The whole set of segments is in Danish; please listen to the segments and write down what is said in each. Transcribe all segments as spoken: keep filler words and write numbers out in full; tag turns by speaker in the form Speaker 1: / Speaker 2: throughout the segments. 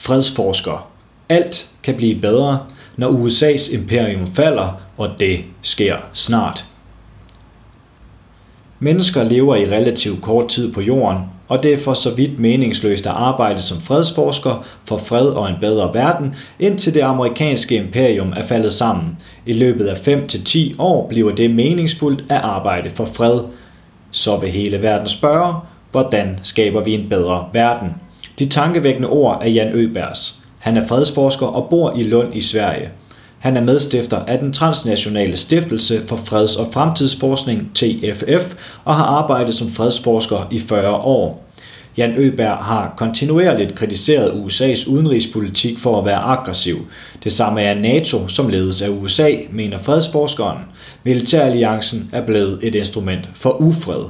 Speaker 1: fredsforsker. Alt kan blive bedre, når U S A's imperium falder, og det sker snart. Mennesker lever i relativt kort tid på jorden, og det er for så vidt meningsløst at arbejde som fredsforsker for fred og en bedre verden, indtil det amerikanske imperium er faldet sammen. I løbet af fem til ti år bliver det meningsfuldt at arbejde for fred. Så vil hele verden spørge, hvordan skaber vi en bedre verden? De tankevækkende ord er Jan Øbergs. Han er fredsforsker og bor i Lund i Sverige. Han er medstifter af den transnationale stiftelse for freds- og fremtidsforskning T F F og har arbejdet som fredsforsker i fyrre år. Jan Øberg har kontinuerligt kritiseret U S A's udenrigspolitik for at være aggressiv. Det samme er NATO, som ledes af U S A, mener fredsforskeren. Militæralliancen er blevet et instrument for ufred.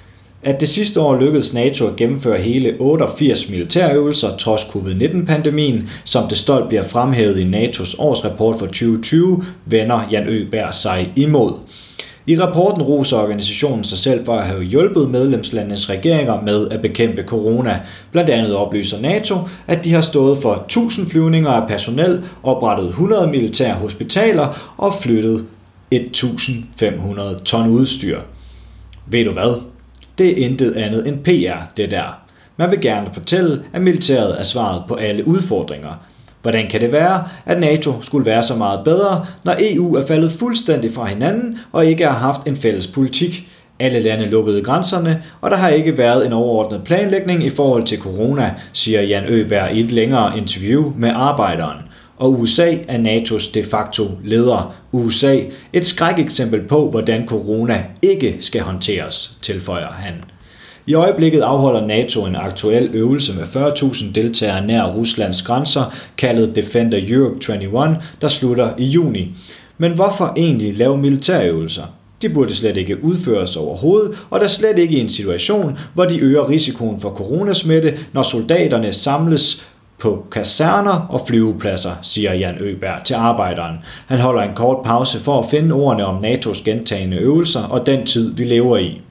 Speaker 1: At det sidste år lykkedes NATO at gennemføre hele otteogfirs militærøvelser trods covid nitten-pandemien, som det stolt bliver fremhævet i NATO's årsrapport for tyve tyve, vender Jan Øberg sig imod. I rapporten roser organisationen sig selv for at have hjulpet medlemslandenes regeringer med at bekæmpe corona. Blandt andet oplyser NATO, at de har stået for tusind flyvninger af personel, oprettet hundrede militære hospitaler og flyttet tusind fem hundrede ton udstyr. Ved du hvad? Det er intet andet end P R, det der. Man vil gerne fortælle, at militæret er svaret på alle udfordringer. Hvordan kan det være, at NATO skulle være så meget bedre, når E U er faldet fuldstændig fra hinanden og ikke har haft en fælles politik? Alle lande lukkede grænserne, og der har ikke været en overordnet planlægning i forhold til corona, siger Jan Øberg i et længere interview med Arbejderen. Og U S A er NATO's de facto leder. U S A et skrækeksempel på, hvordan corona ikke skal håndteres, tilføjer han. I øjeblikket afholder NATO en aktuel øvelse med fyrre tusind deltagere nær Ruslands grænser, kaldet Defender Europe enogtyve, der slutter i juni. Men hvorfor egentlig lave militærøvelser? De burde slet ikke udføres overhovedet, og der slet ikke i en situation, hvor de øger risikoen for coronasmitte, når soldaterne samles på kaserner og flyvepladser, siger Jan Øberg til Arbejderen. Han holder en kort pause for at finde ordene om NATO's gentagne øvelser og den tid, vi lever i.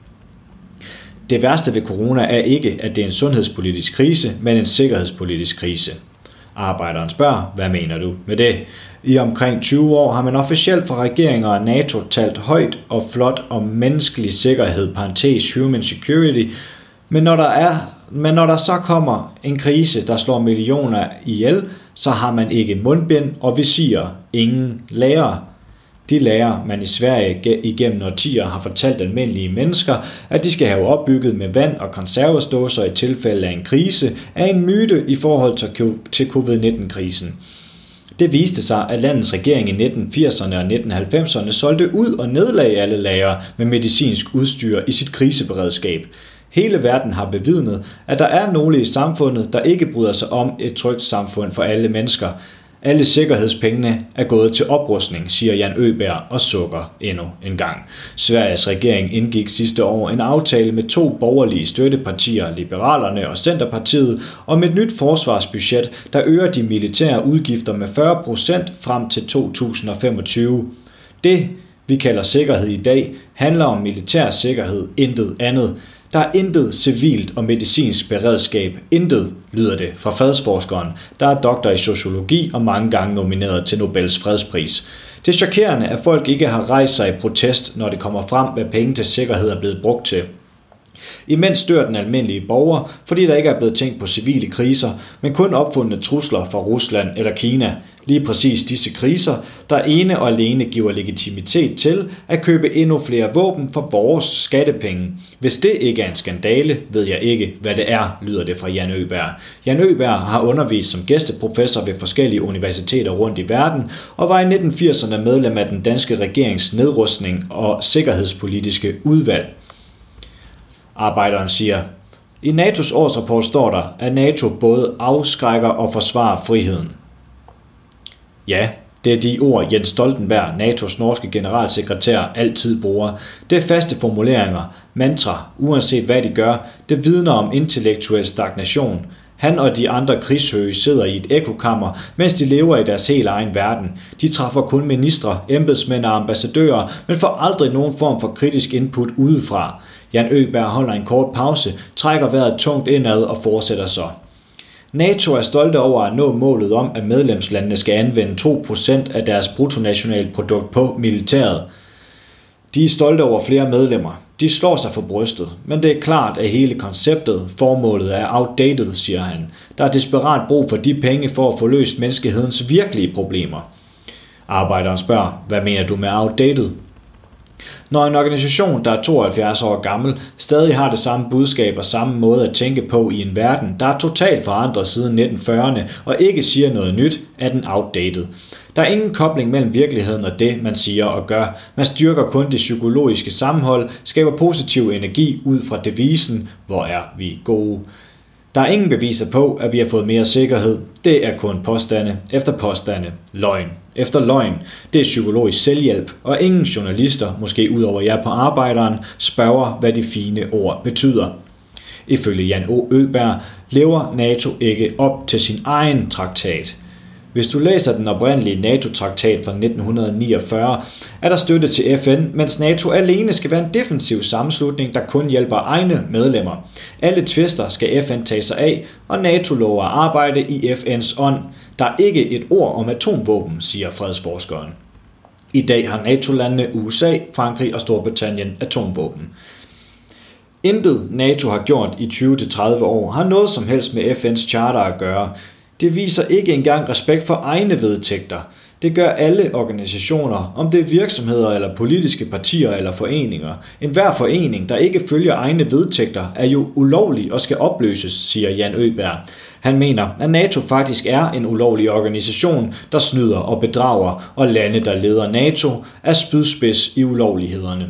Speaker 1: Det værste ved corona er ikke, at det er en sundhedspolitisk krise, men en sikkerhedspolitisk krise. Arbejderen spørger, hvad mener du med det? I omkring tyve år har man officielt fra regeringer og NATO talt højt og flot om menneskelig sikkerhed, parentes human security, men når der er Men når der så kommer en krise, der slår millioner ihjel, så har man ikke mundbind og visir, ingen lærere. De lærer, man i Sverige igennem årtier har fortalt almindelige mennesker, at de skal have opbygget med vand og konservesdåser i tilfælde af en krise, er en myte i forhold til covid nitten-krisen. Det viste sig, at landets regering i nitten firserne og nitten halvfemserne solgte ud og nedlagde alle lagre med medicinsk udstyr i sit kriseberedskab. Hele verden har bevidnet, at der er nogle i samfundet, der ikke bryder sig om et trygt samfund for alle mennesker. Alle sikkerhedspengene er gået til oprustning, siger Jan Øberg og sukker endnu en gang. Sveriges regering indgik sidste år en aftale med to borgerlige støttepartier, Liberalerne og Centerpartiet, om et nyt forsvarsbudget, der øger de militære udgifter med fyrre procent frem til to tusind femogtyve. Det, vi kalder sikkerhed i dag, handler om militær sikkerhed, intet andet. Der er intet civilt og medicinsk beredskab. Intet, lyder det fra fredsforskeren, der er doktor i sociologi og mange gange nomineret til Nobels fredspris. Det er chokerende, at folk ikke har rejst sig i protest, når det kommer frem, hvad penge til sikkerhed er blevet brugt til. Imens dør den almindelige borger, fordi der ikke er blevet tænkt på civile kriser, men kun opfundne trusler fra Rusland eller Kina. Lige præcis disse kriser, der ene og alene giver legitimitet til at købe endnu flere våben for vores skattepenge. Hvis det ikke er en skandale, ved jeg ikke, hvad det er, lyder det fra Jan Øberg. Jan Øberg har undervist som gæsteprofessor ved forskellige universiteter rundt i verden, og var i nitten firserne medlem af den danske regerings nedrustning og sikkerhedspolitiske udvalg. Arbejderen siger, i NATO's årsrapport står der, at NATO både afskrækker og forsvarer friheden. Ja, det er de ord Jens Stoltenberg, NATO's norske generalsekretær, altid bruger. Det er faste formuleringer, mantra, uanset hvad de gør, det vidner om intellektuel stagnation. Han og de andre krigshøge sidder i et ekokammer, mens de lever i deres helt egen verden. De træffer kun ministre, embedsmænd og ambassadører, men får aldrig nogen form for kritisk input udefra. Jan Øberg holder en kort pause, trækker vejret tungt indad og fortsætter så. NATO er stolte over at nå målet om, at medlemslandene skal anvende to procent af deres bruttonationalprodukt på militæret. De er stolte over flere medlemmer. De slår sig for brystet, men det er klart, at hele konceptet, formålet er outdated, siger han. Der er desperat brug for de penge for at få løst menneskehedens virkelige problemer. Arbejderen spørger, hvad mener du med outdated? Når en organisation, der er tooghalvfjerds år gammel, stadig har det samme budskab og samme måde at tænke på i en verden, der er totalt forandret siden nitten fyrrerne og ikke siger noget nyt, er den outdated. Der er ingen kobling mellem virkeligheden og det, man siger og gør. Man styrker kun det psykologiske sammenhold, skaber positiv energi ud fra devisen, hvor er vi gode. Der er ingen beviser på, at vi har fået mere sikkerhed. Det er kun påstande efter påstande. Løgn efter løgn. Det er psykologisk selvhjælp, og ingen journalister, måske ud over jer på Arbejderen, spørger, hvad de fine ord betyder. Ifølge Jan O. Øberg lever NATO ikke op til sin egen traktat. Hvis du læser den oprindelige NATO-traktat fra nitten niogfyrre, er der støtte til F N, mens NATO alene skal være en defensiv sammenslutning, der kun hjælper egne medlemmer. Alle tvister skal F N tage sig af, og NATO lover at arbejde i F N's ånd. Der er ikke et ord om atomvåben, siger fredsforskeren. I dag har NATO-landene U S A, Frankrig og Storbritannien atomvåben. Intet NATO har gjort i tyve til tredive år har noget som helst med F N's charter at gøre. Det viser ikke engang respekt for egne vedtægter. Det gør alle organisationer, om det er virksomheder eller politiske partier eller foreninger. En hver forening, der ikke følger egne vedtægter, er jo ulovlig og skal opløses, siger Jan Øberg. Han mener, at NATO faktisk er en ulovlig organisation, der snyder og bedrager, og lande, der leder NATO, er spydspids i ulovlighederne.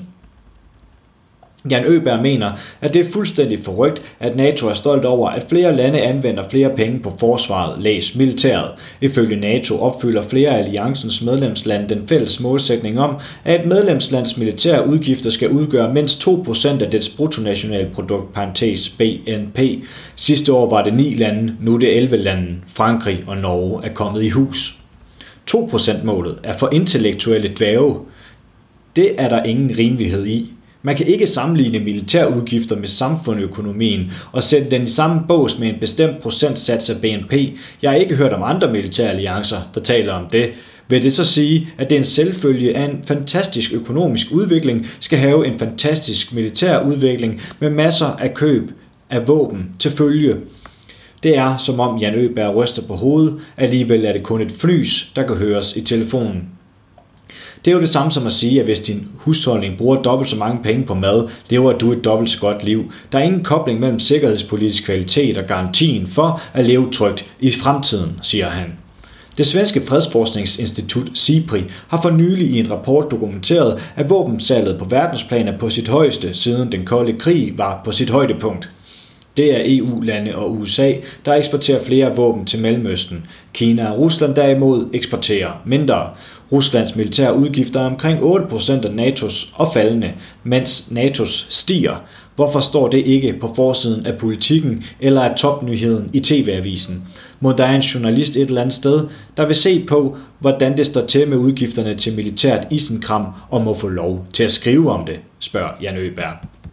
Speaker 1: Jan Øberg mener, at det er fuldstændig forrygt, at NATO er stolt over, at flere lande anvender flere penge på forsvaret, læs militæret. Ifølge NATO opfylder flere af alliancens medlemslande den fælles målsætning om, at et medlemslands militære udgifter skal udgøre mindst to procent af dets bruttonationalprodukt, parentes B N P. Sidste år var det ni lande, nu er det elleve lande. Frankrig og Norge er kommet i hus. to procent-målet er for intellektuelle dvæve. Det er der ingen rimelighed i. Man kan ikke sammenligne militærudgifter med samfundsøkonomien og sætte den i samme bås med en bestemt procentsats af B N P. Jeg har ikke hørt om andre militære alliancer, der taler om det. Vil det så sige, at det er en selvfølge af en fantastisk økonomisk udvikling skal have en fantastisk militær udvikling med masser af køb af våben til følge? Det er, som om Jan Øberg ryster på hovedet, alligevel er det kun et fnys, der kan høres i telefonen. Det er jo det samme som at sige, at hvis din husholdning bruger dobbelt så mange penge på mad, lever du et dobbelt så godt liv. Der er ingen kobling mellem sikkerhedspolitisk kvalitet og garantien for at leve trygt i fremtiden, siger han. Det svenske fredsforskningsinstitut SIPRI har for nylig i en rapport dokumenteret, at våbensalget på verdensplan er på sit højeste, siden den kolde krig var på sit højdepunkt. Det er E U-lande og U S A, der eksporterer flere våben til Mellemøsten. Kina og Rusland derimod eksporterer mindre. Ruslands militære udgifter er omkring otte procent af NATO's og faldende, mens NATO's stiger. Hvorfor står det ikke på forsiden af Politikken eller af topnyheden i T V-avisen? Må der er en journalist et eller andet sted, der vil se på, hvordan det står til med udgifterne til militært isenkram og må få lov til at skrive om det, spørger Jan Øberg.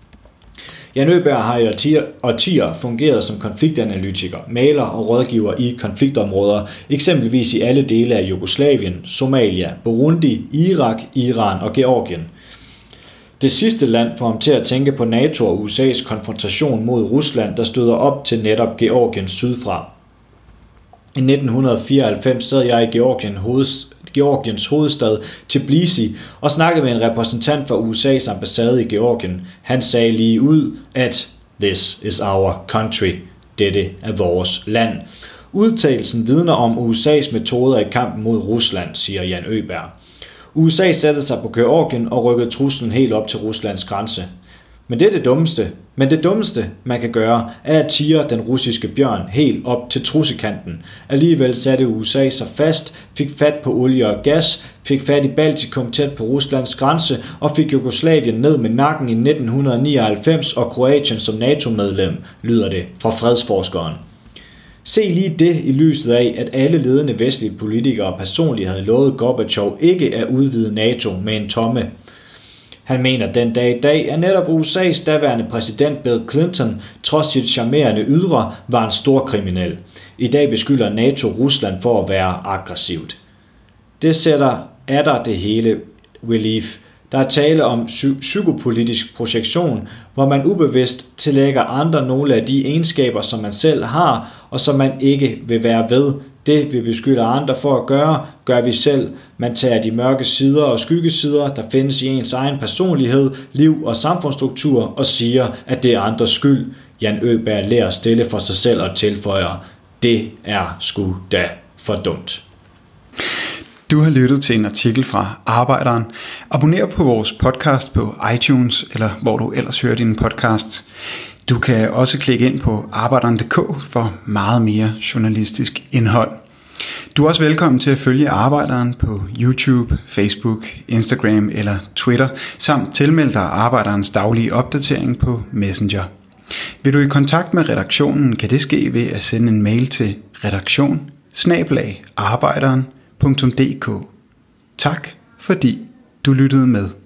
Speaker 1: Jan Øberg har i årtier, årtier fungeret som konfliktanalytiker, maler og rådgiver i konfliktområder, eksempelvis i alle dele af Jugoslavien, Somalia, Burundi, Irak, Iran og Georgien. Det sidste land får ham til at tænke på NATO og U S A's konfrontation mod Rusland, der støder op til netop Georgien sydfra. I nitten fireoghalvfems sad jeg i Georgien hoveds, Georgiens hovedstad Tbilisi og snakkede med en repræsentant fra U S A's ambassade i Georgien. Han sagde lige ud, at "This is our country." Dette er vores land. Udtalelsen vidner om U S A's metoder i kampen mod Rusland, siger Jan Øberg. U S A satte sig på Georgien og rykkede truslen helt op til Ruslands grænse. Men det er det dummeste. Men det dummeste, man kan gøre, er at tire den russiske bjørn helt op til trussekanten. Alligevel satte U S A sig fast, fik fat på olie og gas, fik fat i Baltikum tæt på Ruslands grænse og fik Jugoslavien ned med nakken i nitten nioghalvfems og Kroatien som NATO-medlem, lyder det fra fredsforskeren. Se lige det i lyset af, at alle ledende vestlige politikere personligt havde lovet Gorbachev ikke at udvide NATO med en tomme. Han mener den dag i dag, at netop U S A's daværende præsident Bill Clinton, trods sit charmerende ydre, var en stor kriminel. I dag beskylder NATO Rusland for at være aggressivt. Det sætter atter det hele relief. Der er tale om psy- psykopolitisk projektion, hvor man ubevidst tillægger andre nogle af de egenskaber, som man selv har, og som man ikke vil være ved. Det vi beskylder andre for at gøre, gør vi selv. Man tager de mørke sider og skyggesider, der findes i ens egen personlighed, liv og samfundsstruktur, og siger, at det er andres skyld. Jan Øberg lærer stille for sig selv og tilføjer, det er sgu da for dumt.
Speaker 2: Du har lyttet til en artikel fra Arbejderen. Abonner på vores podcast på iTunes, eller hvor du ellers hører din podcast. Du kan også klikke ind på arbejderen punktum d k for meget mere journalistisk indhold. Du er også velkommen til at følge Arbejderen på YouTube, Facebook, Instagram eller Twitter, samt tilmelde dig Arbejderens daglige opdatering på Messenger. Vil du i kontakt med redaktionen, kan det ske ved at sende en mail til redaktion bindestreg arbejderen punktum d k. Tak fordi du lyttede med.